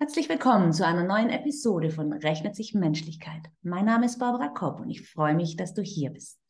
Herzlich willkommen zu einer neuen Episode von Rechnet sich Menschlichkeit. Mein Name ist Barbara Kopp und ich freue mich, dass du hier bist.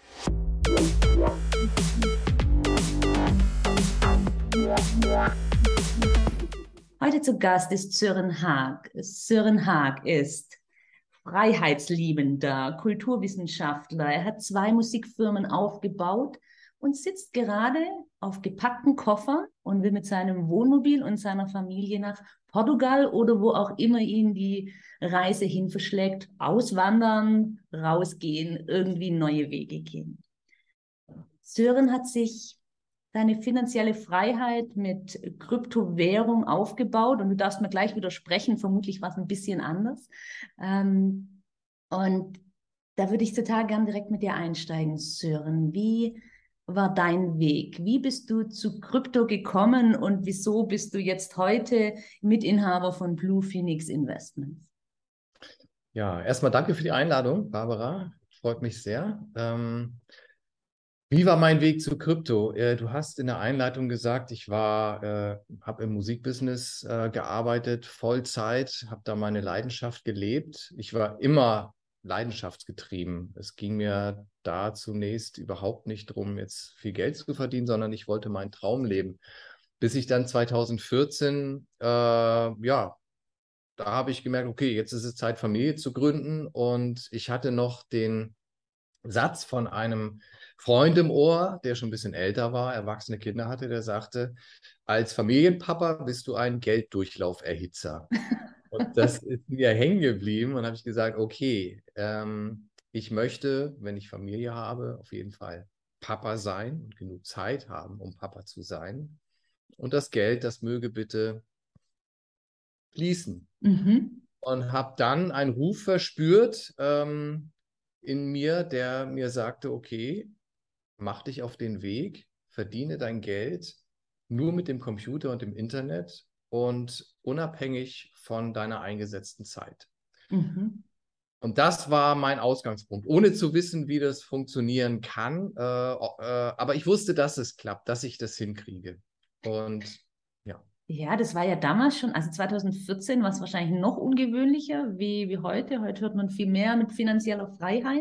Heute zu Gast ist Sören Haag. Sören Haag ist freiheitsliebender Kulturwissenschaftler. Er hat 2 Musikfirmen aufgebaut und sitzt gerade auf gepackten Koffern und will mit seinem Wohnmobil und seiner Familie nach Portugal oder wo auch immer ihn die Reise hin verschlägt, auswandern, rausgehen, irgendwie neue Wege gehen. Sören hat sich seine finanzielle Freiheit mit Kryptowährung aufgebaut und du darfst mir gleich widersprechen, vermutlich war es ein bisschen anders. Ähm, und da würde ich total gern direkt mit dir einsteigen, Sören. Wie war dein Weg? Wie bist du zu Krypto gekommen und wieso bist du jetzt heute Mitinhaber von Blue Phoenix Investments? Ja, erstmal danke für die Einladung, Barbara. Freut mich sehr. Wie war mein Weg zu Krypto? Du hast in der Einleitung gesagt, habe im Musikbusiness gearbeitet, Vollzeit, habe da meine Leidenschaft gelebt. Ich war immer leidenschaftsgetrieben. Es ging mir da zunächst überhaupt nicht darum, jetzt viel Geld zu verdienen, sondern ich wollte meinen Traum leben. Bis ich dann 2014, da habe ich gemerkt, okay, jetzt ist es Zeit, Familie zu gründen. Und ich hatte noch den Satz von einem Freund im Ohr, der schon ein bisschen älter war, erwachsene Kinder hatte, der sagte, als Familienpapa bist du ein Gelddurchlauferhitzer. Und das ist mir hängen geblieben und habe ich gesagt, okay, ich möchte, wenn ich Familie habe, auf jeden Fall Papa sein und genug Zeit haben, um Papa zu sein. Und das Geld, das möge bitte fließen. Mhm. Und habe dann einen Ruf verspürt in mir, der mir sagte, okay, mach dich auf den Weg, verdiene dein Geld nur mit dem Computer und dem Internet und unabhängig von deiner eingesetzten Zeit. Mhm. Und das war mein Ausgangspunkt, ohne zu wissen, wie das funktionieren kann. Aber ich wusste, dass es klappt, dass ich das hinkriege. Und ja. Ja, das war ja damals schon, also 2014 war es wahrscheinlich noch ungewöhnlicher wie heute. Heute hört man viel mehr mit finanzieller Freiheit.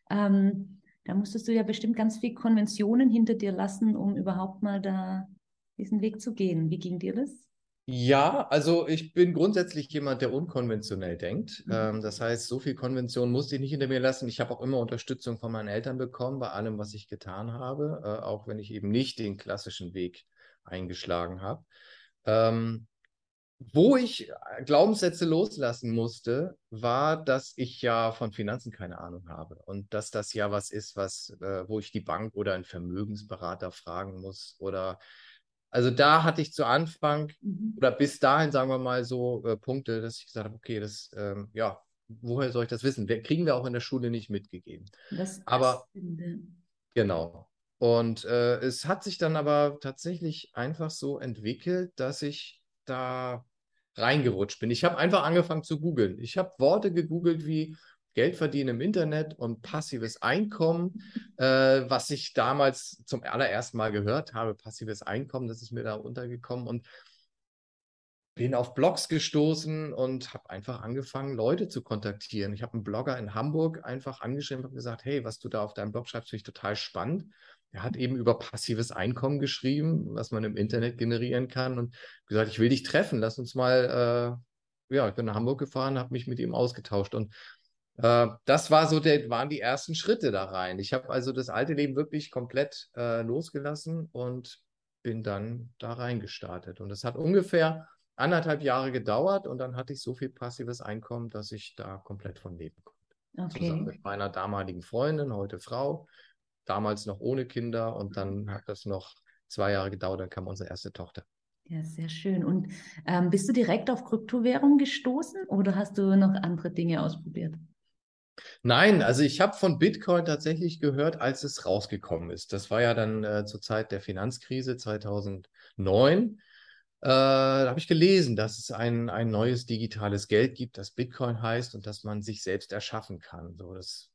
Da musstest du ja bestimmt ganz viel Konventionen hinter dir lassen, um überhaupt mal da diesen Weg zu gehen. Wie ging dir das? Ja, also ich bin grundsätzlich jemand, der unkonventionell denkt. Mhm. Das heißt, so viel Konvention musste ich nicht hinter mir lassen. Ich habe auch immer Unterstützung von meinen Eltern bekommen bei allem, was ich getan habe, auch wenn ich eben nicht den klassischen Weg eingeschlagen habe. Ähm, Wo ich Glaubenssätze loslassen musste, war, dass ich ja von Finanzen keine Ahnung habe und dass das ja was ist, wo ich die Bank oder einen Vermögensberater fragen muss oder also da hatte ich zu Anfang Mhm. oder bis dahin, sagen wir mal so, Punkte, dass ich gesagt habe, okay, ja, woher soll ich das wissen? Kriegen wir auch in der Schule nicht mitgegeben. Das Aber finde genau. Und es hat sich dann aber tatsächlich einfach so entwickelt, dass ich da reingerutscht bin. Ich habe einfach angefangen zu googeln. Ich habe Worte gegoogelt wie Geld verdienen im Internet und passives Einkommen, was ich damals zum allerersten Mal gehört habe, passives Einkommen, das ist mir da untergekommen und bin auf Blogs gestoßen und habe einfach angefangen, Leute zu kontaktieren. Ich habe einen Blogger in Hamburg einfach angeschrieben und gesagt, hey, was du da auf deinem Blog schreibst, finde ich total spannend. Er hat eben über passives Einkommen geschrieben, was man im Internet generieren kann und gesagt, ich will dich treffen, lass uns mal, ja, ich bin nach Hamburg gefahren, habe mich mit ihm ausgetauscht und das waren die ersten Schritte da rein. Ich habe also das alte Leben wirklich komplett losgelassen und bin dann da reingestartet. Und es hat ungefähr 1,5 Jahre gedauert und dann hatte ich so viel passives Einkommen, dass ich da komplett von leben konnte. Zusammen okay. mit meiner damaligen Freundin, heute Frau, damals noch ohne Kinder und dann hat das noch 2 Jahre gedauert, dann kam unsere erste Tochter. Ja, sehr schön. Und bist du direkt auf Kryptowährung gestoßen oder hast du noch andere Dinge ausprobiert? Nein, also ich habe von Bitcoin tatsächlich gehört, als es rausgekommen ist. Das war ja dann zur Zeit der Finanzkrise 2009. Da habe ich gelesen, dass es ein neues digitales Geld gibt, das Bitcoin heißt und dass man sich selbst erschaffen kann. So,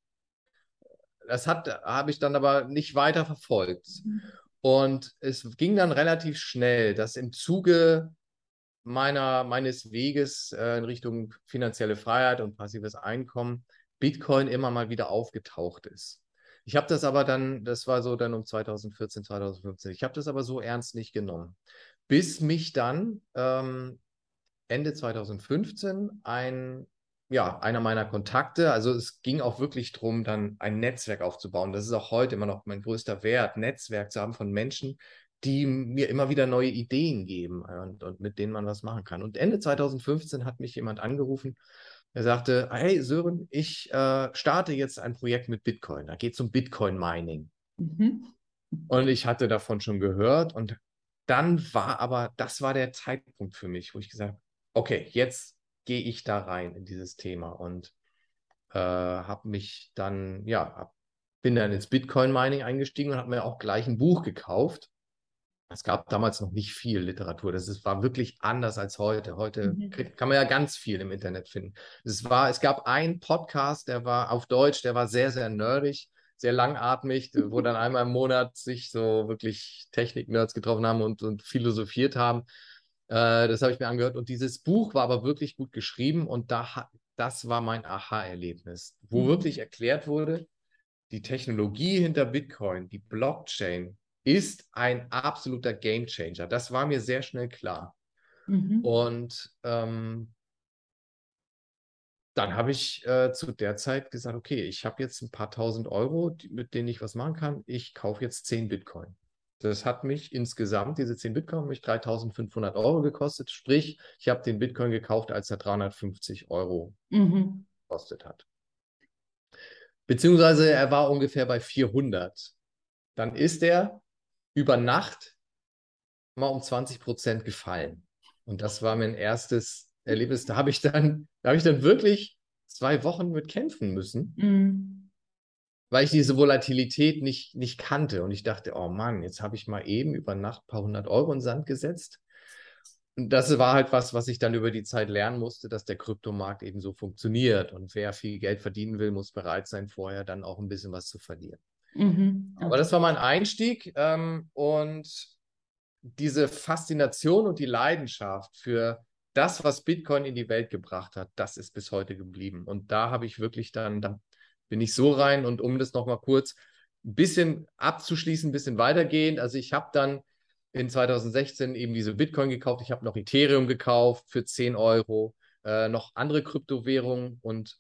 habe ich dann aber nicht weiter verfolgt. Mhm. Und es ging dann relativ schnell, dass im Zuge meines Weges in Richtung finanzielle Freiheit und passives Einkommen Bitcoin immer mal wieder aufgetaucht ist. Ich habe das aber dann, das war so dann um 2014, 2015, ich habe das aber so ernst nicht genommen, bis mich dann Ende 2015 einer meiner Kontakte, also es ging auch wirklich darum, dann ein Netzwerk aufzubauen. Das ist auch heute immer noch mein größter Wert, Netzwerk zu haben von Menschen, die mir immer wieder neue Ideen geben und mit denen man was machen kann. Und Ende 2015 hat mich jemand angerufen, der sagte, hey Sören, ich starte jetzt ein Projekt mit Bitcoin. Da geht es um Bitcoin-Mining. Mhm. Und ich hatte davon schon gehört und das war der Zeitpunkt für mich, wo ich gesagt habe, okay, jetzt gehe ich da rein in dieses Thema und habe mich dann, bin dann ins Bitcoin-Mining eingestiegen und habe mir auch gleich ein Buch gekauft. Es gab damals noch nicht viel Literatur. War wirklich anders als heute. Heute Mhm. kann man ja ganz viel im Internet finden. Es gab einen Podcast, der war auf Deutsch, der war sehr, sehr nerdig, sehr langatmig, wo dann einmal im Monat sich so wirklich Technik-Nerds getroffen haben und philosophiert haben. Das habe ich mir angehört. Und dieses Buch war aber wirklich gut geschrieben und das war mein Aha-Erlebnis, wo Mhm. wirklich erklärt wurde, die Technologie hinter Bitcoin, die Blockchain, ist ein absoluter Gamechanger. Das war mir sehr schnell klar. Mhm. Und dann habe ich zu der Zeit gesagt, okay, ich habe jetzt ein paar tausend Euro, mit denen ich was machen kann. Ich kaufe jetzt 10 Bitcoin. Das hat mich insgesamt, diese 10 Bitcoin, haben mich 3.500 € gekostet. Sprich, ich habe den Bitcoin gekauft, als er 350 € Mhm. gekostet hat. Beziehungsweise er war ungefähr bei 400. Dann ist er über Nacht mal um 20% gefallen. Und das war mein erstes Erlebnis. Da habe ich dann wirklich 2 Wochen mit kämpfen müssen, Mhm. weil ich diese Volatilität nicht kannte. Und ich dachte, oh Mann, jetzt habe ich mal eben über Nacht ein paar 100 € in den Sand gesetzt. Und das war halt was ich dann über die Zeit lernen musste, dass der Kryptomarkt eben so funktioniert. Und wer viel Geld verdienen will, muss bereit sein, vorher dann auch ein bisschen was zu verlieren. Mhm. Aber Okay. das war mein Einstieg und diese Faszination und die Leidenschaft für das, was Bitcoin in die Welt gebracht hat, das ist bis heute geblieben. Und da habe ich wirklich dann bin ich so rein und um das nochmal kurz ein bisschen abzuschließen, ein bisschen weitergehend. Also ich habe dann in 2016 eben diese Bitcoin gekauft. Ich habe noch Ethereum gekauft für 10 Euro, noch andere Kryptowährungen und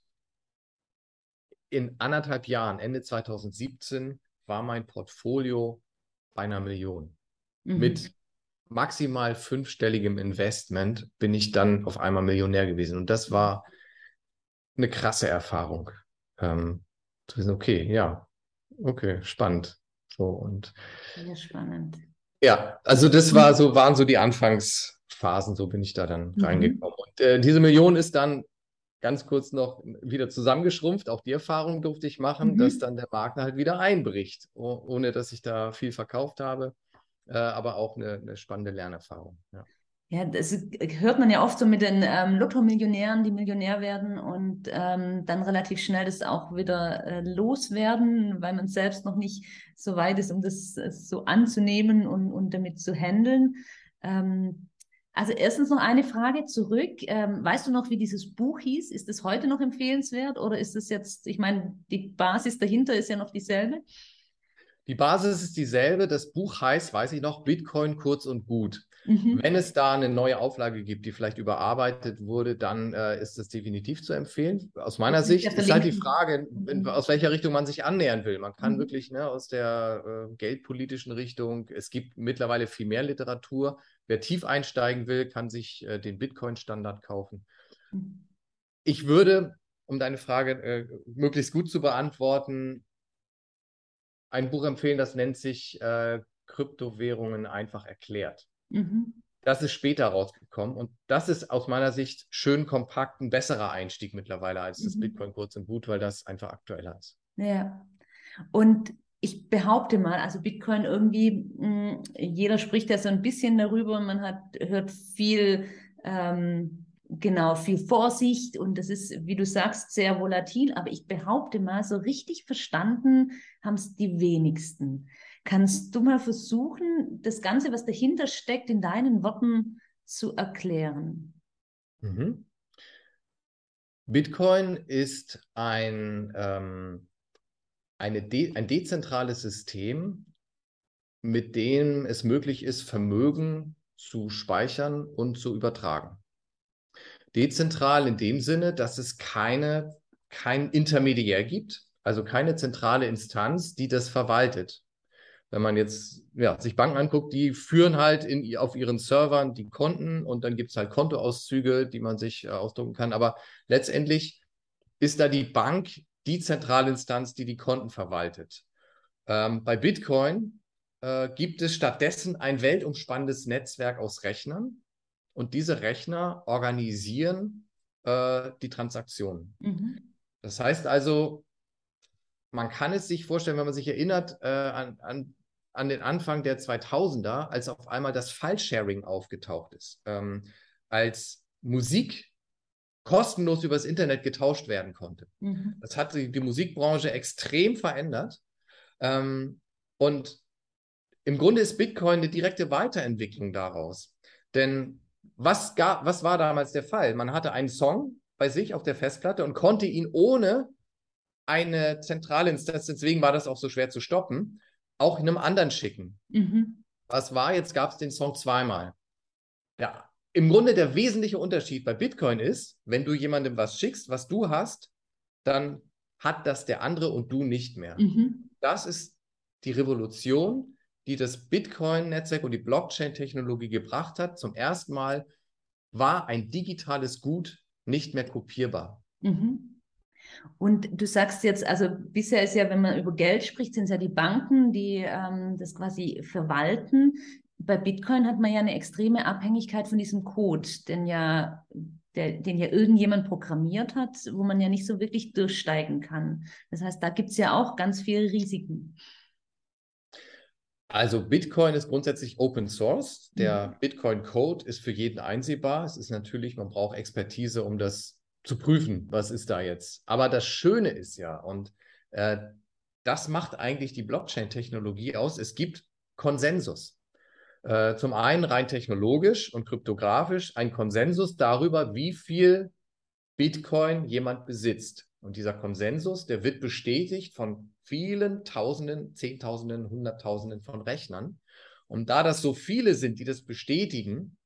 in 1,5 Jahren, Ende 2017, war mein Portfolio bei 1 Million. Mhm. Mit maximal 5-stelligem Investment bin ich dann auf einmal Millionär gewesen. Und das war eine krasse Erfahrung. Zu wissen, okay, ja, okay, spannend. So und Sehr spannend. ja, also waren so die Anfangsphasen, so bin ich da dann Mhm. reingekommen. Und diese Million ist dann ganz kurz noch wieder zusammengeschrumpft. Auch die Erfahrung durfte ich machen, dass Mhm. dann der Markt halt wieder einbricht, ohne dass ich da viel verkauft habe. Aber auch eine spannende Lernerfahrung. Ja. Ja, das hört man ja oft so mit den Lotto-Millionären, die Millionär werden und dann relativ schnell das auch wieder loswerden, weil man selbst noch nicht so weit ist, um das so anzunehmen und damit zu handeln. Ähm, also erstens noch eine Frage zurück. Weißt du noch, wie dieses Buch hieß? Ist es heute noch empfehlenswert oder ist es jetzt, ich meine, die Basis dahinter ist ja noch dieselbe? Die Basis ist dieselbe. Das Buch heißt, weiß ich noch, Bitcoin kurz und gut. Mhm. Wenn es da eine neue Auflage gibt, die vielleicht überarbeitet wurde, dann ist das definitiv zu empfehlen. Aus Das meiner ist ja Sicht ist halt die verlinken. Frage, Mhm. aus welcher Richtung man sich annähern will. Man kann Mhm. wirklich aus der geldpolitischen Richtung, es gibt mittlerweile viel mehr Literatur. Wer tief einsteigen will, kann sich den Bitcoin-Standard kaufen. Mhm. Ich würde, um deine Frage möglichst gut zu beantworten, ein Buch empfehlen, das nennt sich Kryptowährungen einfach erklärt. Mhm. Das ist später rausgekommen und das ist aus meiner Sicht schön kompakt, ein besserer Einstieg mittlerweile als das Mhm. Bitcoin kurz und gut, weil das einfach aktueller ist. Ja. Und ich behaupte mal, also Bitcoin irgendwie, jeder spricht ja so ein bisschen darüber, hört viel, genau, viel Vorsicht und das ist, wie du sagst, sehr volatil, aber ich behaupte mal, so richtig verstanden haben es die wenigsten. Kannst du mal versuchen, das Ganze, was dahinter steckt, in deinen Worten zu erklären? Mhm. Bitcoin ist ein dezentrales System, mit dem es möglich ist, Vermögen zu speichern und zu übertragen. Dezentral in dem Sinne, dass es kein Intermediär gibt, also keine zentrale Instanz, die das verwaltet. Wenn man jetzt sich Banken anguckt, die führen halt auf ihren Servern die Konten und dann gibt es halt Kontoauszüge, die man sich ausdrucken kann. Aber letztendlich ist da die Bank die zentrale Instanz, die die Konten verwaltet. Bei Bitcoin gibt es stattdessen ein weltumspannendes Netzwerk aus Rechnern und diese Rechner organisieren die Transaktionen. Mhm. Das heißt also, man kann es sich vorstellen, wenn man sich erinnert an den Anfang der 2000er, als auf einmal das File-Sharing aufgetaucht ist, als Musik kostenlos übers Internet getauscht werden konnte. Mhm. Das hat die Musikbranche extrem verändert. Und im Grunde ist Bitcoin eine direkte Weiterentwicklung daraus. Denn was war damals der Fall? Man hatte einen Song bei sich auf der Festplatte und konnte ihn ohne eine zentrale Instanz, deswegen war das auch so schwer zu stoppen, auch einem anderen schicken. Mhm. Was war? Jetzt gab es den Song zweimal. Ja, im Grunde der wesentliche Unterschied bei Bitcoin ist, wenn du jemandem was schickst, was du hast, dann hat das der andere und du nicht mehr. Mhm. Das ist die Revolution, die das Bitcoin-Netzwerk und die Blockchain-Technologie gebracht hat. Zum ersten Mal war ein digitales Gut nicht mehr kopierbar. Mhm. Und du sagst jetzt, also bisher ist ja, wenn man über Geld spricht, sind es ja die Banken, die das quasi verwalten. Bei Bitcoin hat man ja eine extreme Abhängigkeit von diesem Code, den ja irgendjemand programmiert hat, wo man ja nicht so wirklich durchsteigen kann. Das heißt, da gibt es ja auch ganz viele Risiken. Also Bitcoin ist grundsätzlich Open Source. Mhm. Der Bitcoin-Code ist für jeden einsehbar. Es ist natürlich, man braucht Expertise, um das zu prüfen, was ist da jetzt. Aber das Schöne ist ja, und äh, das macht eigentlich die Blockchain-Technologie aus, es gibt Konsensus. Zum einen rein technologisch und kryptografisch ein Konsensus darüber, wie viel Bitcoin jemand besitzt. Und dieser Konsensus, der wird bestätigt von vielen Tausenden, Zehntausenden, Hunderttausenden von Rechnern. Und da das so viele sind, die das bestätigen,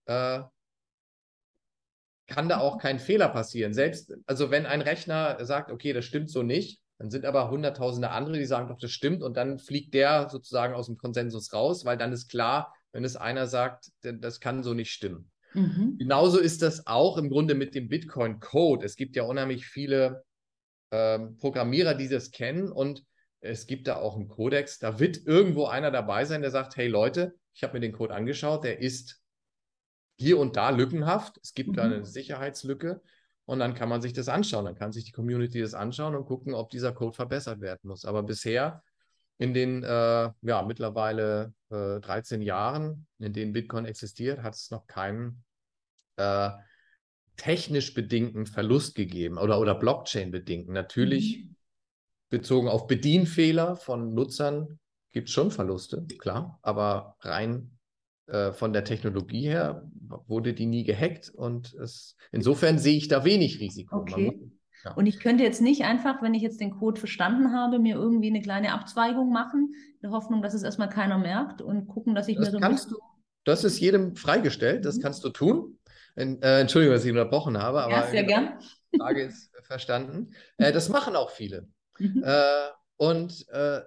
kann da auch kein Fehler passieren. Selbst, also wenn ein Rechner sagt, okay, das stimmt so nicht, dann sind aber Hunderttausende andere, die sagen, doch, das stimmt. Und dann fliegt der sozusagen aus dem Konsensus raus, weil dann ist klar, wenn es einer sagt, das kann so nicht stimmen. Mhm. Genauso ist das auch im Grunde mit dem Bitcoin-Code. Es gibt ja unheimlich viele Programmierer, die das kennen und es gibt da auch einen Kodex. Da wird irgendwo einer dabei sein, der sagt, hey Leute, ich habe mir den Code angeschaut, der ist hier und da lückenhaft. Es gibt da eine Mhm. Sicherheitslücke und dann kann man sich das anschauen. Dann kann sich die Community das anschauen und gucken, ob dieser Code verbessert werden muss. Aber bisher in den mittlerweile 13 Jahren, in denen Bitcoin existiert, hat es noch keinen äh, technisch bedingten Verlust gegeben oder Blockchain-bedingten. Natürlich Mhm. bezogen auf Bedienfehler von Nutzern gibt es schon Verluste, klar, aber rein von der Technologie her wurde die nie gehackt und insofern sehe ich da wenig Risiko. Man muss, Okay. ja. Und ich könnte jetzt nicht einfach, wenn ich jetzt den Code verstanden habe, mir irgendwie eine kleine Abzweigung machen, in der Hoffnung, dass es erstmal keiner merkt und gucken, dass ich mir Das so ein kannst bisschen. du, das ist jedem freigestellt, das Mhm. kannst du tun. Entschuldigung, dass ich unterbrochen habe, Ja, aber sehr genau, gern. die Frage ist verstanden. Das machen auch viele. Mhm. Und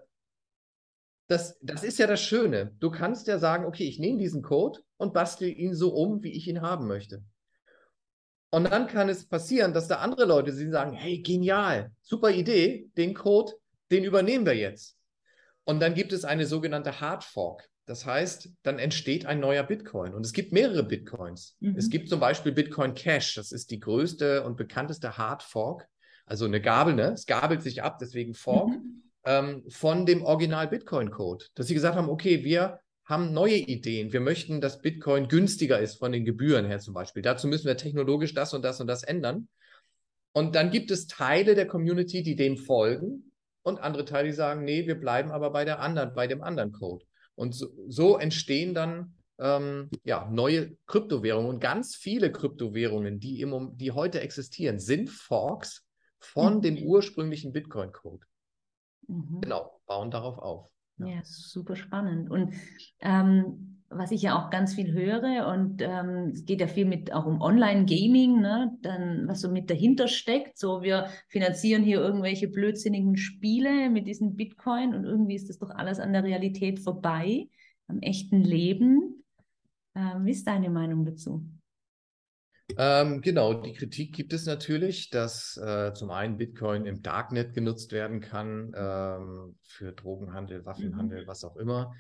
das ist ja das Schöne. Du kannst ja sagen, okay, ich nehme diesen Code und bastle ihn so um, wie ich ihn haben möchte. Und dann kann es passieren, dass da andere Leute sind, die sagen, hey, genial, super Idee, den Code, den übernehmen wir jetzt. Und dann gibt es eine sogenannte Hard Fork. Das heißt, dann entsteht ein neuer Bitcoin. Und es gibt mehrere Bitcoins. Es Mhm. gibt zum Beispiel Bitcoin Cash. Das ist die größte und bekannteste Hard Fork. Also eine Gabel, ne? Es gabelt sich ab, deswegen Fork, Mhm. von dem Original Bitcoin-Code. Dass sie gesagt haben, okay, wir haben neue Ideen. Wir möchten, dass Bitcoin günstiger ist von den Gebühren her zum Beispiel. Dazu müssen wir technologisch das und das und das ändern. Und dann gibt es Teile der Community, die dem folgen und andere Teile, die sagen, nee, wir bleiben aber bei dem anderen Code. Und so entstehen dann neue Kryptowährungen. Und ganz viele Kryptowährungen, die heute existieren, sind Forks von dem ursprünglichen Bitcoin-Code. Genau, bauen darauf auf. Ja, super spannend. Und was ich ja auch ganz viel höre, und es geht ja viel mit auch um Online-Gaming, ne, dann, was so mit dahinter steckt. So, wir finanzieren hier irgendwelche blödsinnigen Spiele mit diesen Bitcoin und irgendwie ist das doch alles an der Realität vorbei, am echten Leben. Wie ist deine Meinung dazu? Genau, die Kritik gibt es natürlich, dass zum einen Bitcoin im Darknet genutzt werden kann, für Drogenhandel, Waffenhandel, was auch immer.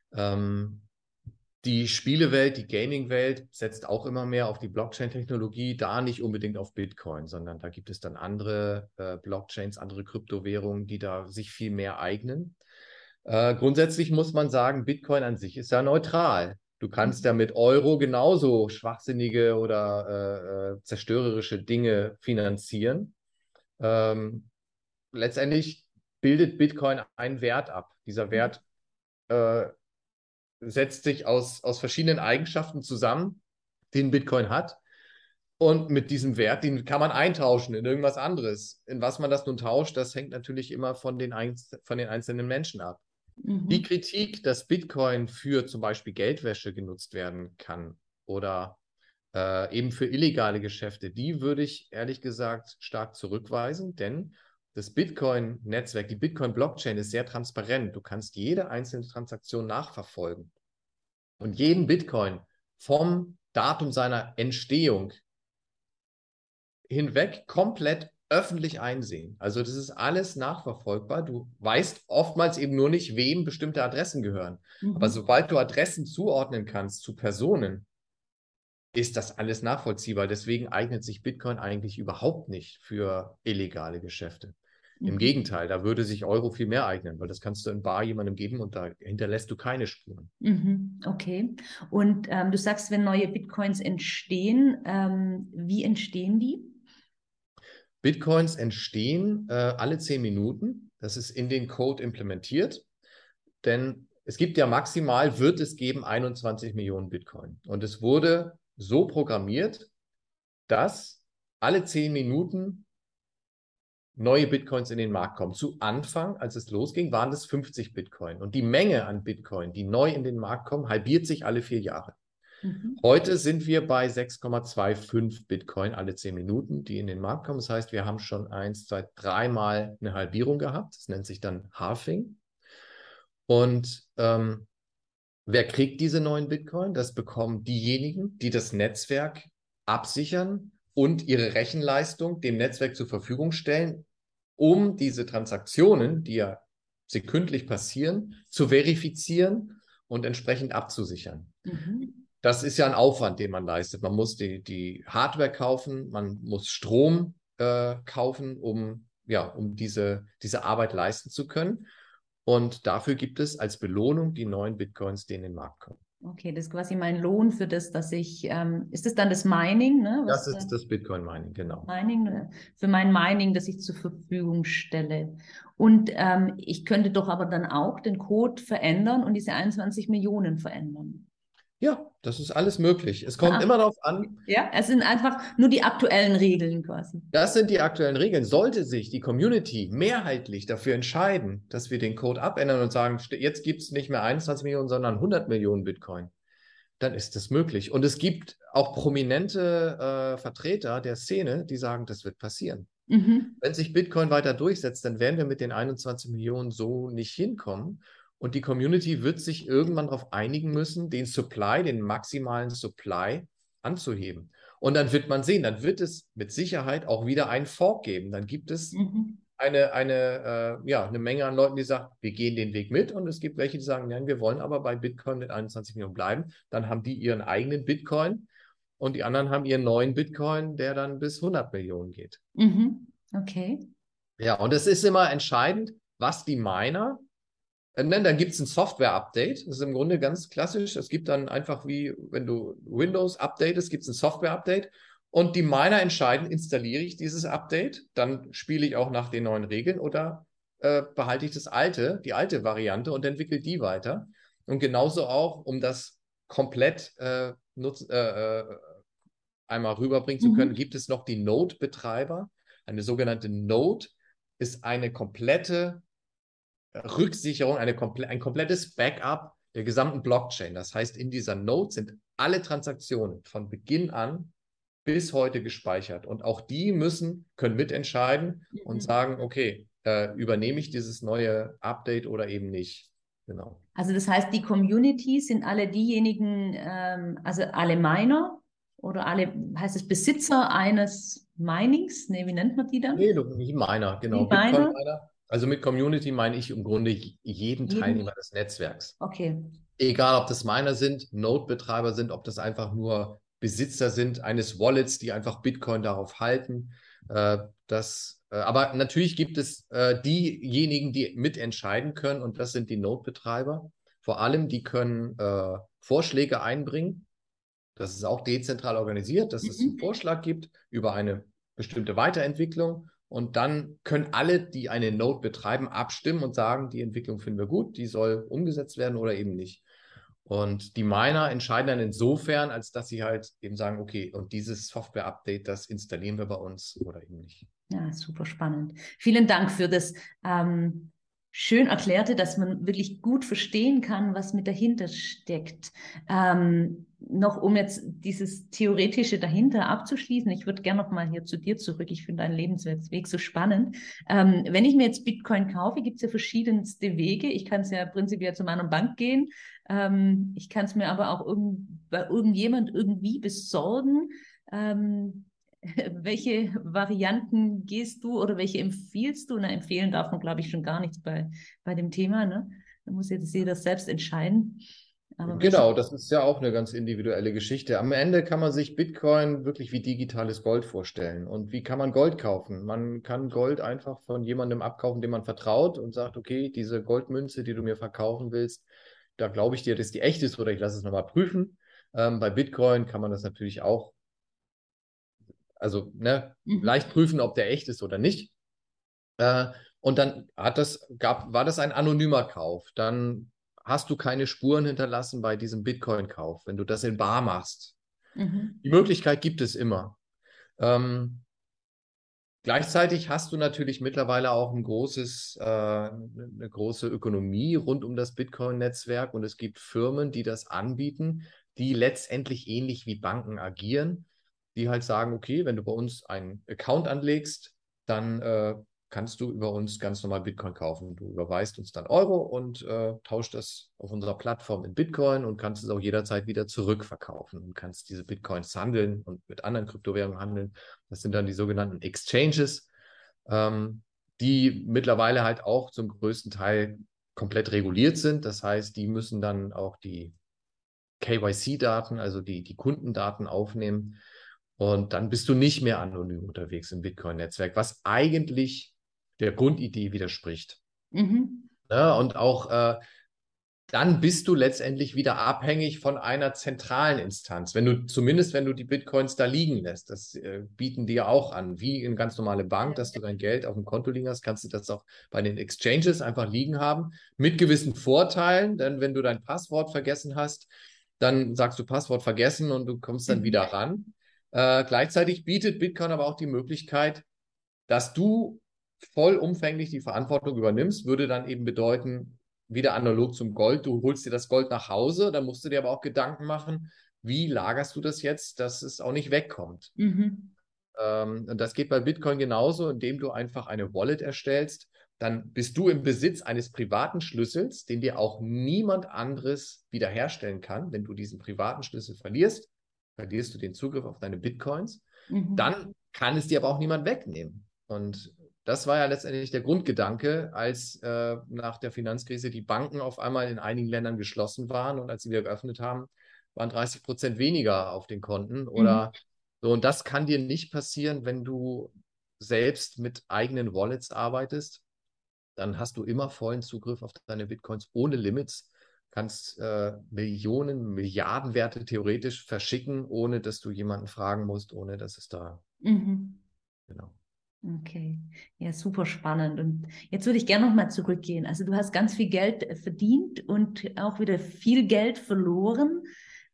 Die Spielewelt, die Gaming-Welt setzt auch immer mehr auf die Blockchain-Technologie, da nicht unbedingt auf Bitcoin, sondern da gibt es dann andere Blockchains, andere Kryptowährungen, die da sich viel mehr eignen. Grundsätzlich muss man sagen, Bitcoin an sich ist ja neutral. Du kannst ja mit Euro genauso schwachsinnige oder zerstörerische Dinge finanzieren. Letztendlich bildet Bitcoin einen Wert ab. Dieser Wert setzt sich aus verschiedenen Eigenschaften zusammen, den Bitcoin hat. Und mit diesem Wert, den kann man eintauschen in irgendwas anderes. In was man das nun tauscht, das hängt natürlich immer von den einzelnen Menschen ab. Die Kritik, dass Bitcoin für zum Beispiel Geldwäsche genutzt werden kann oder eben für illegale Geschäfte, die würde ich ehrlich gesagt stark zurückweisen, denn das Bitcoin-Netzwerk, die Bitcoin-Blockchain ist sehr transparent. Du kannst jede einzelne Transaktion nachverfolgen und jeden Bitcoin vom Datum seiner Entstehung hinweg komplett öffentlich einsehen. Also das ist alles nachverfolgbar. Du weißt oftmals eben nur nicht, wem bestimmte Adressen gehören. Aber sobald du Adressen zuordnen kannst zu Personen, ist das alles nachvollziehbar. Deswegen eignet sich Bitcoin eigentlich überhaupt nicht für illegale Geschäfte. Im Gegenteil, da würde sich Euro viel mehr eignen, weil das kannst du in bar jemandem geben und da hinterlässt du keine Spuren. Okay. Und du sagst, wenn neue Bitcoins entstehen, wie entstehen die? Bitcoins entstehen alle 10 Minuten. Das ist in den Code implementiert. Denn es gibt ja maximal, wird es geben, 21 Millionen Bitcoin. Und es wurde so programmiert, dass alle 10 Minuten neue Bitcoins in den Markt kommen. Zu Anfang, als es losging, waren das 50 Bitcoin. Und die Menge an Bitcoin, die neu in den Markt kommen, halbiert sich alle 4 Jahre. Heute sind wir bei 6,25 Bitcoin alle 10 Minuten, die in den Markt kommen. Das heißt, wir haben schon 1, 2, 3 Mal eine Halbierung gehabt. Das nennt sich dann Halving. Und wer kriegt diese neuen Bitcoin? Das bekommen diejenigen, die das Netzwerk absichern und ihre Rechenleistung dem Netzwerk zur Verfügung stellen, um diese Transaktionen, die ja sekündlich passieren, zu verifizieren und entsprechend abzusichern. Das ist ja ein Aufwand, den man leistet. Man muss die Hardware kaufen, man muss Strom kaufen, um diese Arbeit leisten zu können. Und dafür gibt es als Belohnung die neuen Bitcoins, die in den Markt kommen. Okay, das ist quasi mein Lohn für das, dass ich, ist das dann das Mining, ne? Das ist das Bitcoin-Mining, genau. Mining, für mein Mining, das ich zur Verfügung stelle. Und ich könnte doch aber dann auch den Code verändern und diese 21 Millionen verändern. Ja, das ist alles möglich. Es kommt immer darauf an. Ja, es sind einfach nur die aktuellen Regeln quasi. Das sind die aktuellen Regeln. Sollte sich die Community mehrheitlich dafür entscheiden, dass wir den Code abändern und sagen, jetzt gibt es nicht mehr 21 Millionen, sondern 100 Millionen Bitcoin, dann ist das möglich. Und es gibt auch prominente Vertreter der Szene, die sagen, das wird passieren. Wenn sich Bitcoin weiter durchsetzt, dann werden wir mit den 21 Millionen so nicht hinkommen. Und die Community wird sich irgendwann darauf einigen müssen, den maximalen Supply anzuheben. Und dann wird man sehen, dann wird es mit Sicherheit auch wieder einen Fork geben. Dann gibt es eine Menge an Leuten, die sagen, wir gehen den Weg mit. Und es gibt welche, die sagen, nein, wir wollen aber bei Bitcoin mit 21 Millionen bleiben. Dann haben die ihren eigenen Bitcoin und die anderen haben ihren neuen Bitcoin, der dann bis 100 Millionen geht. Okay. Ja, und es ist immer entscheidend, was die Miner dann gibt es ein Software-Update. Das ist im Grunde ganz klassisch. Es gibt dann einfach wie, wenn du Windows updatest, gibt es ein Software-Update. Und die Miner entscheiden, installiere ich dieses Update, dann spiele ich auch nach den neuen Regeln oder behalte ich die alte Variante und entwickle die weiter. Und genauso auch, um das komplett einmal rüberbringen zu können, Mhm. gibt es noch die Node-Betreiber. Eine sogenannte Node ist eine komplette Rücksicherung, ein komplettes Backup der gesamten Blockchain. Das heißt, in dieser Node sind alle Transaktionen von Beginn an bis heute gespeichert. Und auch die können mitentscheiden und Mhm. sagen, okay, übernehme ich dieses neue Update oder eben nicht. Genau. Also das heißt, die Community sind alle diejenigen, also alle Miner oder alle, heißt es Besitzer eines Minings? Nee, wie nennt man die dann? Nee, nicht Miner, Die genau. Miner? Bitcoin-Miner. Also mit Community meine ich im Grunde jeden Jeden? Teilnehmer des Netzwerks. Okay. Egal, ob das Miner sind, Node-Betreiber sind, ob das einfach nur Besitzer sind eines Wallets, die einfach Bitcoin darauf halten. Aber natürlich gibt es diejenigen, die mitentscheiden können, und das sind die Node-Betreiber. Vor allem, die können Vorschläge einbringen. Das ist auch dezentral organisiert, dass es einen Mhm. Vorschlag gibt über eine bestimmte Weiterentwicklung. Und dann können alle, die eine Node betreiben, abstimmen und sagen, die Entwicklung finden wir gut, die soll umgesetzt werden oder eben nicht. Und die Miner entscheiden dann insofern, als dass sie halt eben sagen, okay, und dieses Software-Update, das installieren wir bei uns oder eben nicht. Ja, super spannend. Vielen Dank für das schön erklärte, dass man wirklich gut verstehen kann, was mit dahinter steckt. Noch um jetzt dieses Theoretische dahinter abzuschließen, ich würde gerne noch mal hier zu dir zurück. Ich finde deinen Lebensweg so spannend. Wenn ich mir jetzt Bitcoin kaufe, gibt es ja verschiedenste Wege. Ich kann es ja prinzipiell zu meiner Bank gehen. Ich kann es mir aber auch bei irgendjemand irgendwie besorgen. Welche Varianten gehst du oder welche empfiehlst du? Na, empfehlen darf man, glaube ich, schon gar nichts bei dem Thema, ne? Da muss jetzt jeder selbst entscheiden. Aber welche? Genau, das ist ja auch eine ganz individuelle Geschichte. Am Ende kann man sich Bitcoin wirklich wie digitales Gold vorstellen. Und wie kann man Gold kaufen? Man kann Gold einfach von jemandem abkaufen, dem man vertraut und sagt, okay, diese Goldmünze, die du mir verkaufen willst, da glaube ich dir, dass die echt ist oder ich lasse es nochmal prüfen. Bei Bitcoin kann man das natürlich auch, also ne, Mhm. leicht prüfen, ob der echt ist oder nicht. Äh, und dann war das ein anonymer Kauf. Dann hast du keine Spuren hinterlassen bei diesem Bitcoin-Kauf, wenn du das in bar machst. Mhm. Die Möglichkeit gibt es immer. Ähm, Gleichzeitig hast du natürlich mittlerweile auch eine große Ökonomie rund um das Bitcoin-Netzwerk, und es gibt Firmen, die das anbieten, die letztendlich ähnlich wie Banken agieren, die halt sagen, okay, wenn du bei uns einen Account anlegst, dann kannst du über uns ganz normal Bitcoin kaufen. Du überweist uns dann Euro und tauscht das auf unserer Plattform in Bitcoin und kannst es auch jederzeit wieder zurückverkaufen und kannst diese Bitcoins handeln und mit anderen Kryptowährungen handeln. Das sind dann die sogenannten Exchanges, die mittlerweile halt auch zum größten Teil komplett reguliert sind. Das heißt, die müssen dann auch die KYC-Daten, also die Kundendaten aufnehmen. Und dann bist du nicht mehr anonym unterwegs im Bitcoin-Netzwerk, was eigentlich der Grundidee widerspricht. Mhm. Ja, und auch dann bist du letztendlich wieder abhängig von einer zentralen Instanz. Wenn du die Bitcoins da liegen lässt, das bieten die ja auch an, wie eine ganz normale Bank, dass du dein Geld auf dem Konto liegen hast, kannst du das auch bei den Exchanges einfach liegen haben, mit gewissen Vorteilen. Denn wenn du dein Passwort vergessen hast, dann sagst du Passwort vergessen und du kommst dann wieder Mhm. ran. Gleichzeitig bietet Bitcoin aber auch die Möglichkeit, dass du vollumfänglich die Verantwortung übernimmst, würde dann eben bedeuten, wieder analog zum Gold, du holst dir das Gold nach Hause, dann musst du dir aber auch Gedanken machen, wie lagerst du das jetzt, dass es auch nicht wegkommt. Mhm. Und das geht bei Bitcoin genauso, indem du einfach eine Wallet erstellst, dann bist du im Besitz eines privaten Schlüssels, den dir auch niemand anderes wiederherstellen kann. Wenn du diesen privaten Schlüssel verlierst, verlierst du den Zugriff auf deine Bitcoins. Mhm. Dann kann es dir aber auch niemand wegnehmen. Und das war ja letztendlich der Grundgedanke, als nach der Finanzkrise die Banken auf einmal in einigen Ländern geschlossen waren, und als sie wieder geöffnet haben, waren 30% weniger auf den Konten Mhm. oder so. Und das kann dir nicht passieren, wenn du selbst mit eigenen Wallets arbeitest. Dann hast du immer vollen Zugriff auf deine Bitcoins ohne Limits, kannst Millionen, Milliardenwerte theoretisch verschicken, ohne dass du jemanden fragen musst, ohne dass es da, Mhm. genau. Okay, ja, super spannend. Und jetzt würde ich gerne nochmal zurückgehen. Also du hast ganz viel Geld verdient und auch wieder viel Geld verloren.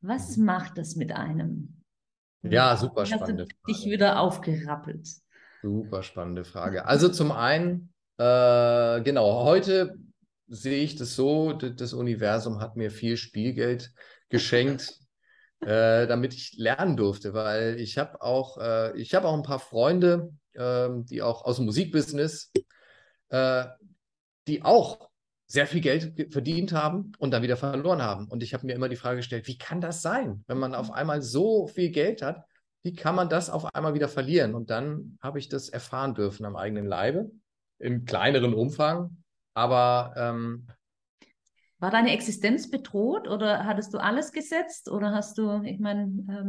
Was macht das mit einem? Ja, super Wie hast du spannende dich Frage. wieder aufgerappelt? Super spannende Frage. Also zum einen, genau, heute sehe ich das so, das Universum hat mir viel Spielgeld geschenkt, damit ich lernen durfte, weil ich habe auch ein paar Freunde, die auch aus dem Musikbusiness, äh, die auch sehr viel Geld verdient haben und dann wieder verloren haben. Und ich habe mir immer die Frage gestellt, wie kann das sein, wenn man auf einmal so viel Geld hat, wie kann man das auf einmal wieder verlieren? Und dann habe ich das erfahren dürfen am eigenen Leibe, im kleineren Umfang. Aber War deine Existenz bedroht oder hattest du alles gesetzt oder hast du, ich meine,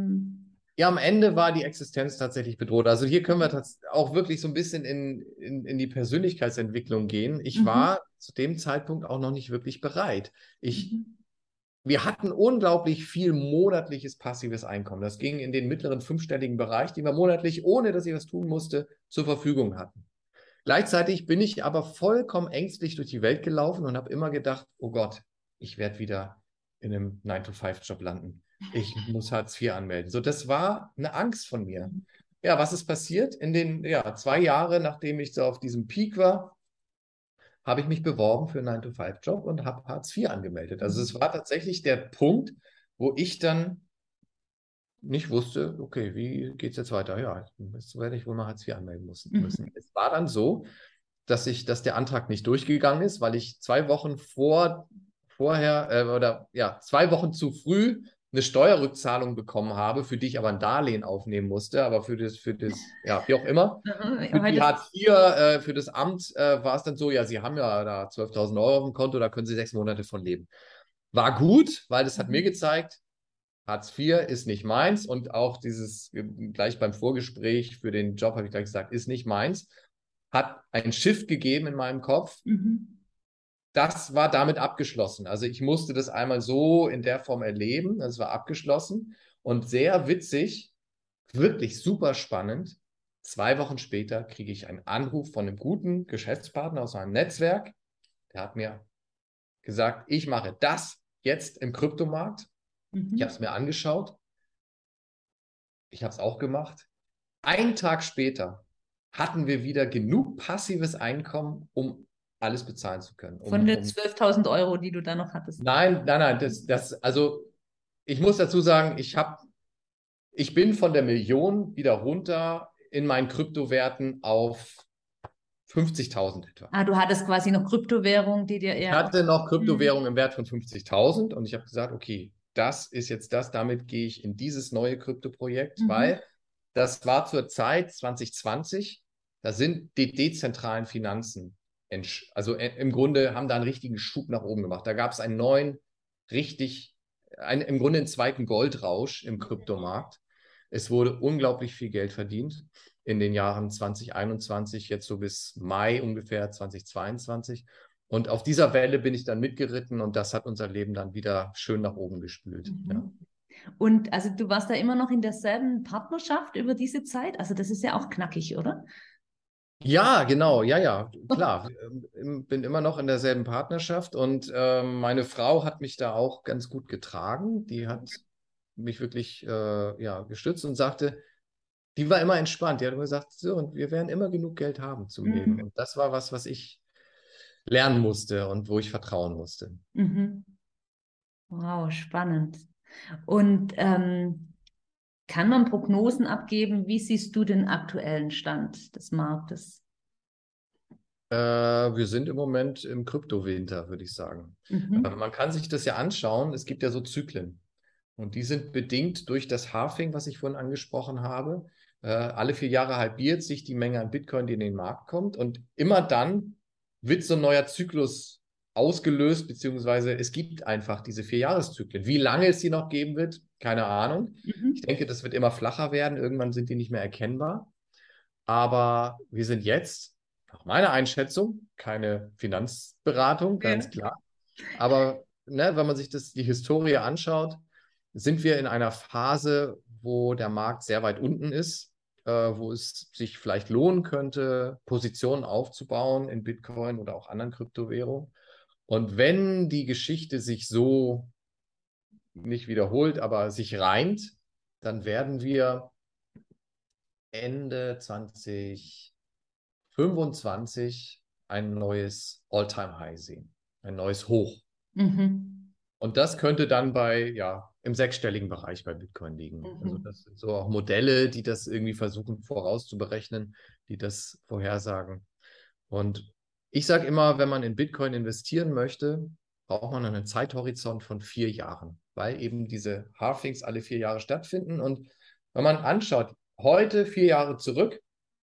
ja, am Ende war die Existenz tatsächlich bedroht. Also hier können wir auch wirklich so ein bisschen in die Persönlichkeitsentwicklung gehen. Ich mhm, war zu dem Zeitpunkt auch noch nicht wirklich bereit. mhm, Wir hatten unglaublich viel monatliches passives Einkommen. Das ging in den mittleren fünfstelligen Bereich, den wir monatlich, ohne dass ich was tun musste, zur Verfügung hatten. Gleichzeitig bin ich aber vollkommen ängstlich durch die Welt gelaufen und habe immer gedacht, oh Gott, ich werde wieder in einem 9-to-5-Job landen. Ich muss Hartz IV anmelden. So, das war eine Angst von mir. Ja, was ist passiert? In den 2 Jahren, nachdem ich so auf diesem Peak war, habe ich mich beworben für einen 9-to-5-Job und habe Hartz IV angemeldet. Also es mhm, war tatsächlich der Punkt, wo ich dann nicht wusste, okay, wie geht es jetzt weiter? Ja, jetzt werde ich wohl mal Hartz IV anmelden müssen. mhm. Es war dann so, dass der Antrag nicht durchgegangen ist, weil ich 2 Wochen vorher oder ja, 2 Wochen zu früh eine Steuerrückzahlung bekommen habe, für die ich aber ein Darlehen aufnehmen musste, aber ja, wie auch immer. Für Aha, die heute, Hartz IV, für das Amt war es dann so, ja, Sie haben ja da 12.000 Euro auf dem Konto, da können Sie 6 Monate von leben. War gut, weil das hat mir mhm, gezeigt, Hartz IV ist nicht meins und auch dieses, gleich beim Vorgespräch für den Job habe ich gleich gesagt, ist nicht meins. Hat ein Shift gegeben in meinem Kopf. mhm, Das war damit abgeschlossen. Also ich musste das einmal so in der Form erleben. Das war abgeschlossen und sehr witzig, wirklich super spannend. 2 Wochen später kriege ich einen Anruf von einem guten Geschäftspartner aus meinem Netzwerk. Der hat mir gesagt, ich mache das jetzt im Kryptomarkt. Ich habe es mhm. mir angeschaut. Ich habe es auch gemacht. Einen Tag später hatten wir wieder genug passives Einkommen, um alles bezahlen zu können. Von den 12.000 Euro, die du da noch hattest. Nein, nein, nein, also ich muss dazu sagen, ich bin von der Million wieder runter in meinen Kryptowerten auf 50.000 etwa. Ah, du hattest quasi noch Kryptowährung, die dir Ich eher. hatte noch Mhm, Kryptowährungen im Wert von 50.000 und ich habe gesagt, okay, das ist jetzt das, damit gehe ich in dieses neue Kryptoprojekt, mhm, weil das war zur Zeit 2020, da sind die dezentralen Finanzen, also im Grunde haben da einen richtigen Schub nach oben gemacht. Da gab es einen neuen, im Grunde einen zweiten Goldrausch im Kryptomarkt. Es wurde unglaublich viel Geld verdient in den Jahren 2021, jetzt so bis Mai ungefähr 2022. Und auf dieser Welle bin ich dann mitgeritten und das hat unser Leben dann wieder schön nach oben gespült. Ja. mhm. Und also du warst da immer noch in derselben Partnerschaft über diese Zeit? Also das ist ja auch knackig, oder? Ja, genau, ja, ja, klar. Bin immer noch in derselben Partnerschaft und meine Frau hat mich da auch ganz gut getragen. Die hat mich wirklich ja, gestützt und sagte, die war immer entspannt. Die hat immer gesagt, so, und wir werden immer genug Geld haben zum Leben. Mhm. Und das war was ich lernen musste und wo ich vertrauen musste. Mhm. Wow, spannend. Und kann man Prognosen abgeben? Wie siehst du den aktuellen Stand des Marktes? Wir sind im Moment im Kryptowinter, würde ich sagen. Mhm. Man kann sich das ja anschauen. Es gibt ja so Zyklen. Und die sind bedingt durch das Halving, was ich vorhin angesprochen habe. Alle 4 Jahre halbiert sich die Menge an Bitcoin, die in den Markt kommt. Und immer dann wird so ein neuer Zyklus ausgelöst, beziehungsweise es gibt einfach diese 4 Jahreszyklen. Wie lange es die noch geben wird, keine Ahnung. Ich Mhm. denke, das wird immer flacher werden. Irgendwann sind die nicht mehr erkennbar. Aber wir sind jetzt, nach meiner Einschätzung, keine Finanzberatung, ganz Ja. klar. Aber ne, wenn man sich die Historie anschaut, sind wir in einer Phase, wo der Markt sehr weit unten ist, wo es sich vielleicht lohnen könnte, Positionen aufzubauen in Bitcoin oder auch anderen Kryptowährungen. Und wenn die Geschichte sich so nicht wiederholt, aber sich reimt, dann werden wir Ende 2025 ein neues All-Time-High sehen, ein neues Hoch. Mhm. Und das könnte dann im sechsstelligen Bereich bei Bitcoin liegen. Also Mhm. das sind so auch Modelle, die das irgendwie versuchen vorauszuberechnen, die das vorhersagen. Und ich sage immer, wenn man in Bitcoin investieren möchte, braucht man einen Zeithorizont von 4 Jahren, weil eben diese Halvings alle 4 Jahre stattfinden. Und wenn man anschaut, heute 4 Jahre zurück,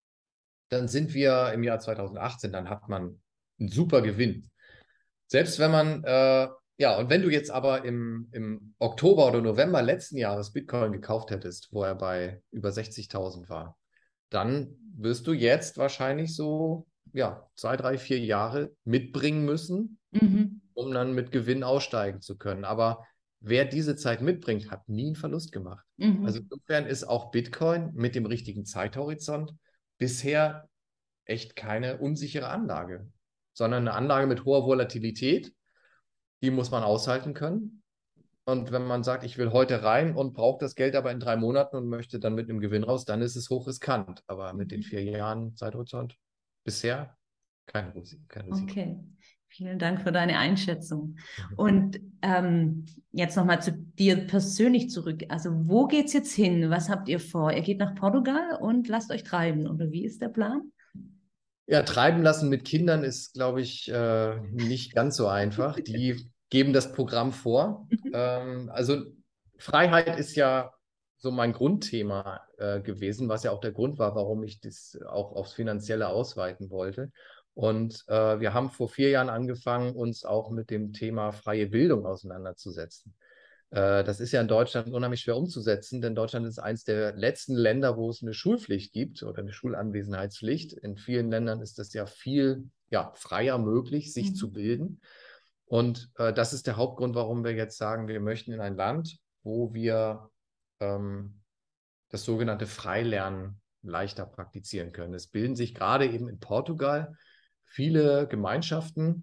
dann sind wir im Jahr 2018, dann hat man einen super Gewinn. Selbst wenn man, und wenn du jetzt aber im Oktober oder November letzten Jahres Bitcoin gekauft hättest, wo er bei über 60.000 war, dann wirst du jetzt wahrscheinlich so, 2, 3, 4 Jahre mitbringen müssen, Mhm. um dann mit Gewinn aussteigen zu können. Aber wer diese Zeit mitbringt, hat nie einen Verlust gemacht. Also Mhm. insofern ist auch Bitcoin mit dem richtigen Zeithorizont bisher echt keine unsichere Anlage, sondern eine Anlage mit hoher Volatilität, die muss man aushalten können. Und wenn man sagt, ich will heute rein und brauche das Geld aber in 3 Monaten und möchte dann mit einem Gewinn raus, dann ist es hochriskant. Aber mit den Mhm. 4 Jahren Zeithorizont bisher kein Risiko. Okay, vielen Dank für deine Einschätzung. Mhm. Und jetzt nochmal zu dir persönlich zurück. Also wo geht's jetzt hin? Was habt ihr vor? Ihr geht nach Portugal und lasst euch treiben, oder wie ist der Plan? Ja, treiben lassen mit Kindern ist, glaube ich, nicht ganz so einfach. Die geben das Programm vor. Also Freiheit ist ja so mein Grundthema gewesen, was ja auch der Grund war, warum ich das auch aufs Finanzielle ausweiten wollte. Und wir haben vor 4 Jahren angefangen, uns auch mit dem Thema freie Bildung auseinanderzusetzen. Das ist ja in Deutschland unheimlich schwer umzusetzen, denn Deutschland ist eines der letzten Länder, wo es eine Schulpflicht gibt oder eine Schulanwesenheitspflicht. In vielen Ländern ist das ja viel freier möglich, sich zu Mhm. bilden. Und das ist der Hauptgrund, warum wir jetzt sagen, wir möchten in ein Land, wo wir ähm, das sogenannte Freilernen leichter praktizieren können. Es bilden sich gerade eben in Portugal viele Gemeinschaften,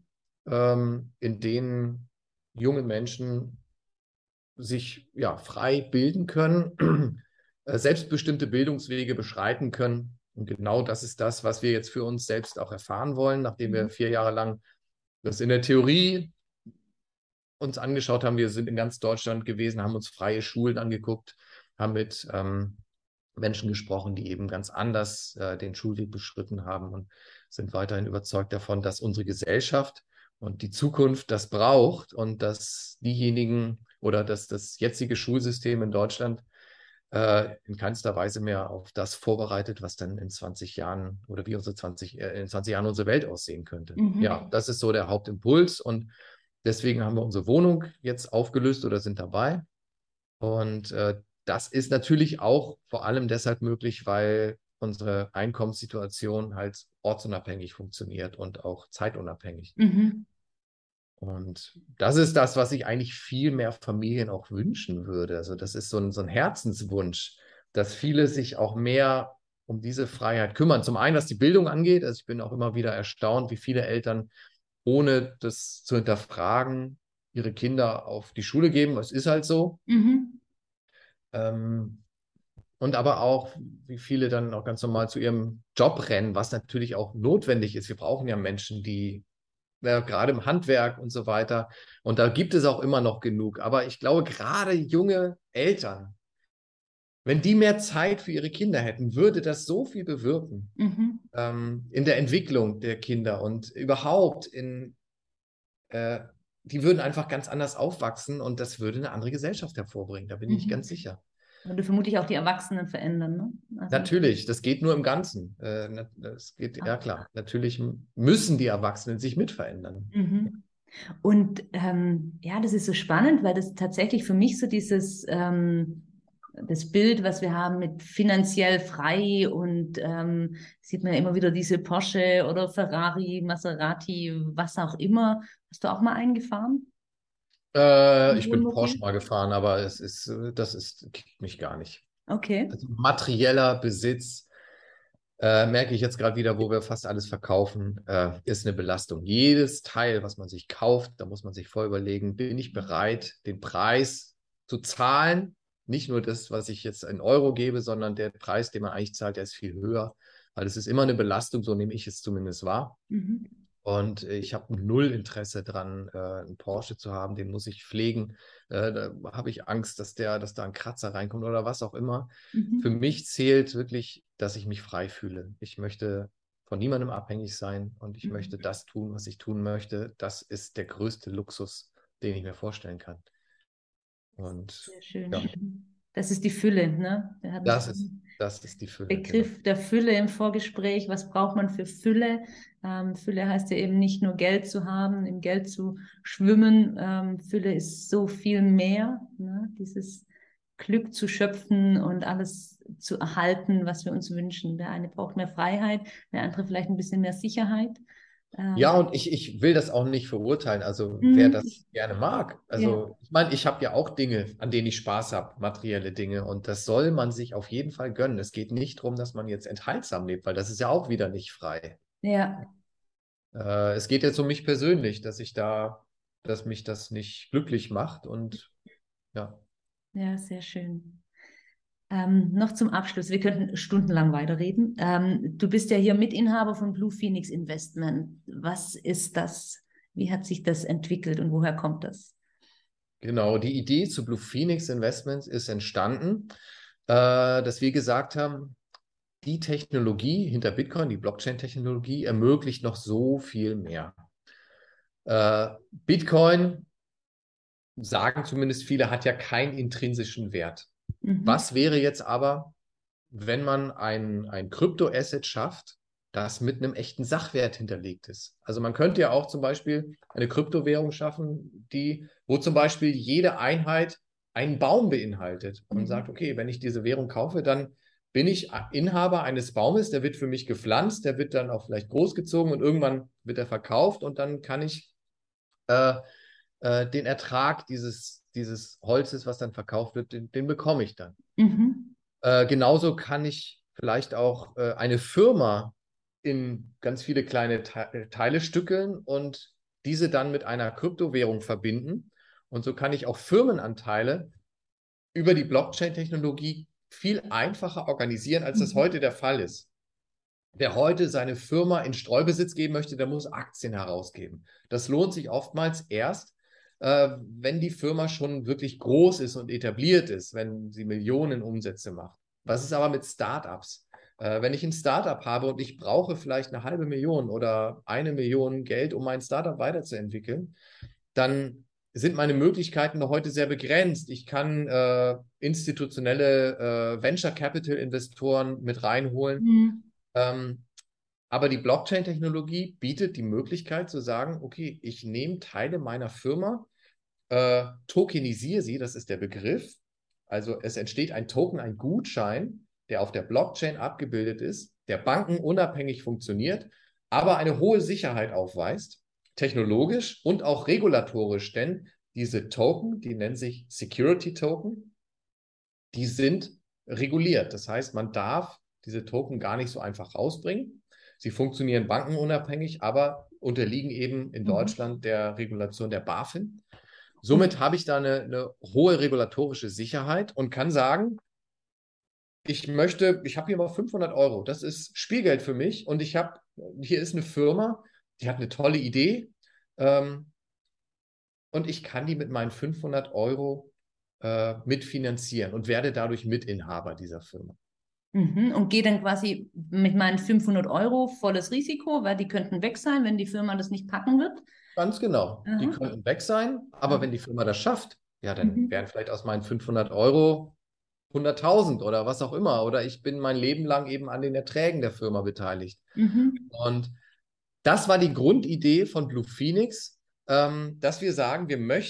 in denen junge Menschen sich frei bilden können, selbstbestimmte Bildungswege beschreiten können. Und genau das ist das, was wir jetzt für uns selbst auch erfahren wollen, nachdem wir Mhm. 4 Jahre lang das in der Theorie uns angeschaut haben. Wir sind in ganz Deutschland gewesen, haben uns freie Schulen angeguckt, haben mit Menschen gesprochen, die eben ganz anders den Schulweg beschritten haben und sind weiterhin überzeugt davon, dass unsere Gesellschaft und die Zukunft das braucht und dass diejenigen oder dass das jetzige Schulsystem in Deutschland in keinster Weise mehr auf das vorbereitet, was dann in 20 Jahren oder wie in 20 Jahren unsere Welt aussehen könnte. Ja, Mhm. das ist so der Hauptimpuls und deswegen haben wir unsere Wohnung jetzt aufgelöst oder sind dabei. Und das ist natürlich auch vor allem deshalb möglich, weil unsere Einkommenssituation halt ortsunabhängig funktioniert und auch zeitunabhängig. Mhm. Und das ist das, was sich eigentlich viel mehr Familien auch wünschen würde. Also das ist so ein Herzenswunsch, dass viele sich auch mehr um diese Freiheit kümmern. Zum einen, was die Bildung angeht. Also ich bin auch immer wieder erstaunt, wie viele Eltern, ohne das zu hinterfragen, ihre Kinder auf die Schule geben. Es ist halt so. Mhm. Ähm, Und aber auch, wie viele dann auch ganz normal zu ihrem Job rennen, was natürlich auch notwendig ist. Wir brauchen ja Menschen, die, gerade im Handwerk und so weiter. Und da gibt es auch immer noch genug. Aber ich glaube, gerade junge Eltern, wenn die mehr Zeit für ihre Kinder hätten, würde das so viel bewirken Mhm. in der Entwicklung der Kinder und überhaupt äh, die würden einfach ganz anders aufwachsen und das würde eine andere Gesellschaft hervorbringen. Da bin ich Mhm. ganz sicher. Würde vermutlich auch die Erwachsenen verändern, ne? Also, Natürlich, das geht nur im Ganzen. Das geht, ja klar. Natürlich müssen die Erwachsenen sich mitverändern. mhm. Und ja, das ist so spannend, weil das tatsächlich für mich so dieses das Bild, was wir haben mit finanziell frei und sieht man ja immer wieder diese Porsche oder Ferrari, Maserati, was auch immer. Hast du auch mal eingefahren? Ein Ich bin Porsche Wohnmobil? mal gefahren, aber kickt mich gar nicht. Okay. Also materieller Besitz, merke ich jetzt gerade wieder, wo wir fast alles verkaufen, ist eine Belastung. Jedes Teil, was man sich kauft, da muss man sich voll überlegen, bin ich bereit, den Preis zu zahlen, nicht nur das, was ich jetzt in Euro gebe, sondern der Preis, den man eigentlich zahlt, der ist viel höher, weil es ist immer eine Belastung, so nehme ich es zumindest wahr. Mhm. Und ich habe null Interesse dran, einen Porsche zu haben, den muss ich pflegen. Da habe ich Angst, dass da ein Kratzer reinkommt oder was auch immer. Für Mhm. mich zählt wirklich, dass ich mich frei fühle. Ich möchte von niemandem abhängig sein und ich möchte Mhm. das tun, was ich tun möchte. Das ist der größte Luxus, den ich mir vorstellen kann. Und Sehr schön. ja, Mhm. Das ist die Fülle, ne? Wir hatten das ist die Fülle, genau. Begriff der Fülle im Vorgespräch. Was braucht man für Fülle? Fülle heißt ja eben nicht nur Geld zu haben, im Geld zu schwimmen. Fülle ist so viel mehr, ne? Dieses Glück zu schöpfen und alles zu erhalten, was wir uns wünschen. Der eine braucht mehr Freiheit, der andere vielleicht ein bisschen mehr Sicherheit. Ja, Ähm, und ich will das auch nicht verurteilen. Also wer mhm. das gerne mag. Ja, Also ich meine, ich habe ja auch Dinge, an denen ich Spaß habe, materielle Dinge. Und das soll man sich auf jeden Fall gönnen. Es geht nicht darum, dass man jetzt enthaltsam lebt, weil das ist ja auch wieder nicht frei. ja, Es geht jetzt um mich persönlich, dass mich das nicht glücklich macht. Und ja, ja, sehr schön. Noch zum Abschluss, wir könnten stundenlang weiterreden. Du bist ja hier Mitinhaber von Blue Phoenix Investment. Was ist das? Wie hat sich das entwickelt und woher kommt das? genau. Die Idee zu Blue Phoenix Investments ist entstanden, dass wir gesagt haben, die Technologie hinter Bitcoin, die Blockchain-Technologie, ermöglicht noch so viel mehr. Bitcoin, sagen zumindest viele, hat ja keinen intrinsischen Wert. Mhm. Was wäre jetzt aber, wenn man ein Kryptoasset schafft, das mit einem echten Sachwert hinterlegt ist? Also man könnte ja auch zum Beispiel eine Kryptowährung schaffen, wo zum Beispiel jede Einheit einen Baum beinhaltet und sagt, Mhm. okay, wenn ich diese Währung kaufe, dann bin ich Inhaber eines Baumes, der wird für mich gepflanzt, der wird dann auch vielleicht großgezogen und irgendwann wird er verkauft und dann kann ich äh, den Ertrag dieses Holzes, was dann verkauft wird, den bekomme ich dann. Mhm. Genauso kann ich vielleicht auch eine Firma in ganz viele kleine Teile stückeln und diese dann mit einer Kryptowährung verbinden. Und so kann ich auch Firmenanteile über die Blockchain-Technologie viel einfacher organisieren, als das Mhm. heute der Fall ist. Wer heute seine Firma in Streubesitz geben möchte, der muss Aktien herausgeben. Das lohnt sich oftmals erst, wenn die Firma schon wirklich groß ist und etabliert ist, wenn sie Millionen Umsätze macht. Was ist aber mit Startups? Wenn ich ein Startup habe und ich brauche vielleicht eine halbe Million oder 1 Million Geld, um mein Startup weiterzuentwickeln, dann sind meine Möglichkeiten noch heute sehr begrenzt. Ich kann institutionelle Venture Capital Investoren mit reinholen. Mhm. Ähm, aber die Blockchain-Technologie bietet die Möglichkeit zu sagen, okay, ich nehme Teile meiner Firma, tokenisiere sie, das ist der Begriff. Also es entsteht ein Token, ein Gutschein, der auf der Blockchain abgebildet ist, der bankenunabhängig funktioniert, aber eine hohe Sicherheit aufweist, technologisch und auch regulatorisch, denn diese Token, die nennen sich Security Token, die sind reguliert. Das heißt, man darf diese Token gar nicht so einfach rausbringen. Sie funktionieren bankenunabhängig, aber unterliegen eben in Mhm. Deutschland der Regulation der BaFin. Und Somit habe ich da eine hohe regulatorische Sicherheit und kann sagen, ich habe hier mal 500 Euro, das ist Spielgeld für mich und hier ist eine Firma, die hat eine tolle Idee ähm, und ich kann die mit meinen 500 Euro mitfinanzieren und werde dadurch Mitinhaber dieser Firma. und gehe dann quasi mit meinen 500 Euro volles Risiko, weil die könnten weg sein, wenn die Firma das nicht packen wird. Ganz genau. Die Aha. könnten weg sein, aber Aha. wenn die Firma das schafft, ja, dann Mhm. wären vielleicht aus meinen 500 Euro 100.000 oder was auch immer. Oder ich bin mein Leben lang eben an den Erträgen der Firma beteiligt. Mhm. Und das war die Grundidee von Blue Phoenix, dass wir sagen,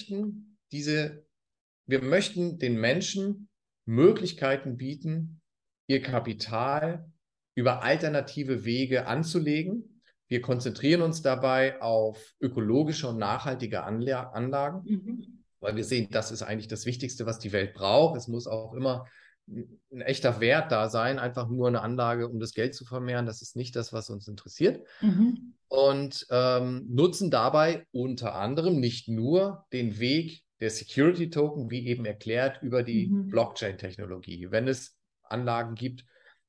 wir möchten den Menschen Möglichkeiten bieten, ihr Kapital über alternative Wege anzulegen. Wir konzentrieren uns dabei auf ökologische und nachhaltige Anlagen, Mhm. weil wir sehen, das ist eigentlich das Wichtigste, was die Welt braucht. Es muss auch immer ein echter Wert da sein, einfach nur eine Anlage, um das Geld zu vermehren. Das ist nicht das, was uns interessiert. Mhm. Und nutzen dabei unter anderem nicht nur den Weg der Security Token, wie eben erklärt, über die Mhm. Blockchain-Technologie. Wenn es Anlagen gibt,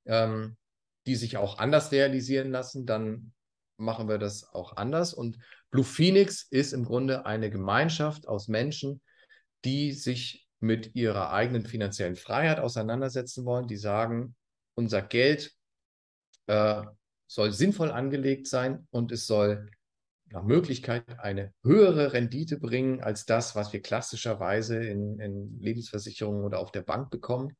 die sich auch anders realisieren lassen, dann machen wir das auch anders. Und Blue Phoenix ist im Grunde eine Gemeinschaft aus Menschen, die sich mit ihrer eigenen finanziellen Freiheit auseinandersetzen wollen, die sagen, unser Geld soll sinnvoll angelegt sein und es soll nach Möglichkeit eine höhere Rendite bringen als das, was wir klassischerweise in Lebensversicherungen oder auf der Bank bekommen.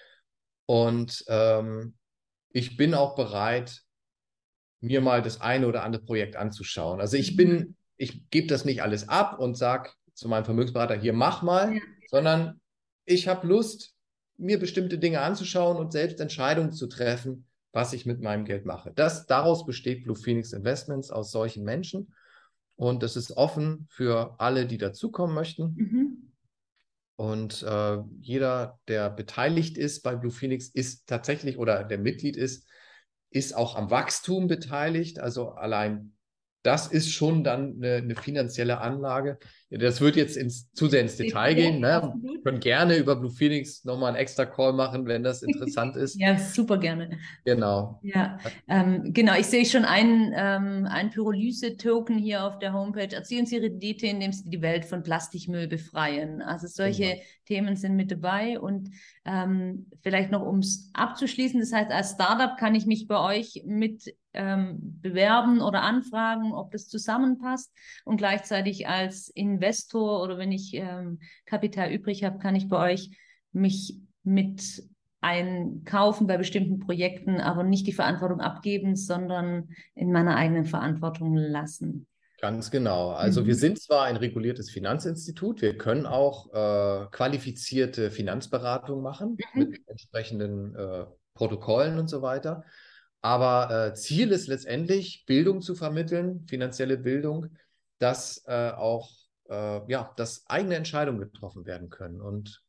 Und ich bin auch bereit, mir mal das eine oder andere Projekt anzuschauen. Also ich gebe das nicht alles ab und sage zu meinem Vermögensberater, hier mach mal, Ja. sondern ich habe Lust, mir bestimmte Dinge anzuschauen und selbst Entscheidungen zu treffen, was ich mit meinem Geld mache. Daraus besteht Blue Phoenix Investments, aus solchen Menschen. Und das ist offen für alle, die dazukommen möchten. Mhm. Und jeder, der beteiligt ist bei Blue Phoenix, ist tatsächlich oder der Mitglied ist auch am Wachstum beteiligt. Also allein das ist schon dann eine finanzielle Anlage. Das wird jetzt zu sehr ins Detail gehen. Ne? Wir können gerne über Blue Phoenix nochmal einen extra Call machen, wenn das interessant ist. Ja, super gerne. Genau. Ja, genau. Ich sehe schon ein Pyrolyse-Token hier auf der Homepage. Erzielen Sie Rendite, indem Sie die Welt von Plastikmüll befreien. Also solche Themen sind mit dabei. Und vielleicht noch, um es abzuschließen, das heißt, als Startup kann ich mich bei euch mit bewerben oder anfragen, ob das zusammenpasst. Und gleichzeitig als Investor oder wenn ich Kapital übrig habe, kann ich bei euch mich mit einkaufen bei bestimmten Projekten, aber nicht die Verantwortung abgeben, sondern in meiner eigenen Verantwortung lassen. Ganz genau. Also wir sind zwar ein reguliertes Finanzinstitut, wir können auch qualifizierte Finanzberatung machen mit entsprechenden Protokollen und so weiter. Aber Ziel ist letztendlich, Bildung zu vermitteln, finanzielle Bildung, dass auch dass eigene Entscheidungen getroffen werden können. Und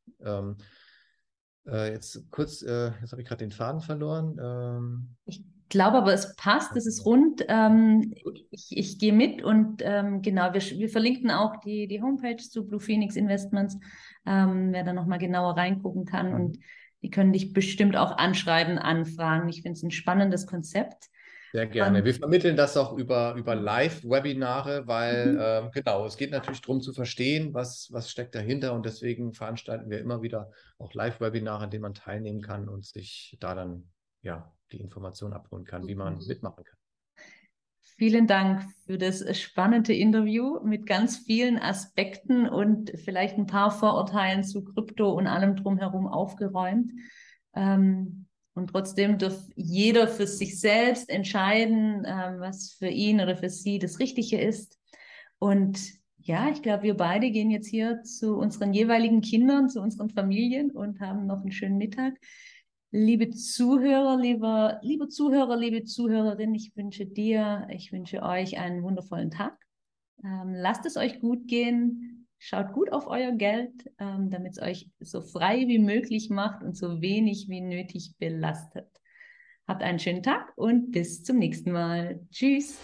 jetzt habe ich gerade den Faden verloren. Ich glaube aber, es passt, es ist rund. Ich gehe mit und genau, wir verlinken auch die Homepage zu Blue Phoenix Investments, wer da nochmal genauer reingucken kann und die können dich bestimmt auch anschreiben, anfragen. Ich finde es ein spannendes Konzept. Sehr gerne. Wir vermitteln das auch über Live-Webinare, weil genau, es geht natürlich darum zu verstehen, was steckt dahinter und deswegen veranstalten wir immer wieder auch Live-Webinare, an denen man teilnehmen kann und sich da dann die Informationen abholen kann, wie man mitmachen kann. Vielen Dank für das spannende Interview mit ganz vielen Aspekten und vielleicht ein paar Vorurteilen zu Krypto und allem drumherum aufgeräumt. Und trotzdem darf jeder für sich selbst entscheiden, was für ihn oder für sie das Richtige ist. Und ja, ich glaube, wir beide gehen jetzt hier zu unseren jeweiligen Kindern, zu unseren Familien und haben noch einen schönen Mittag. Liebe Zuhörer, lieber Zuhörer, liebe Zuhörerin, ich wünsche euch einen wundervollen Tag. Lasst es euch gut gehen. Schaut gut auf euer Geld, damit es euch so frei wie möglich macht und so wenig wie nötig belastet. Habt einen schönen Tag und bis zum nächsten Mal. Tschüss.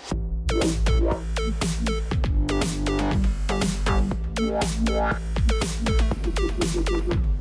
Ja.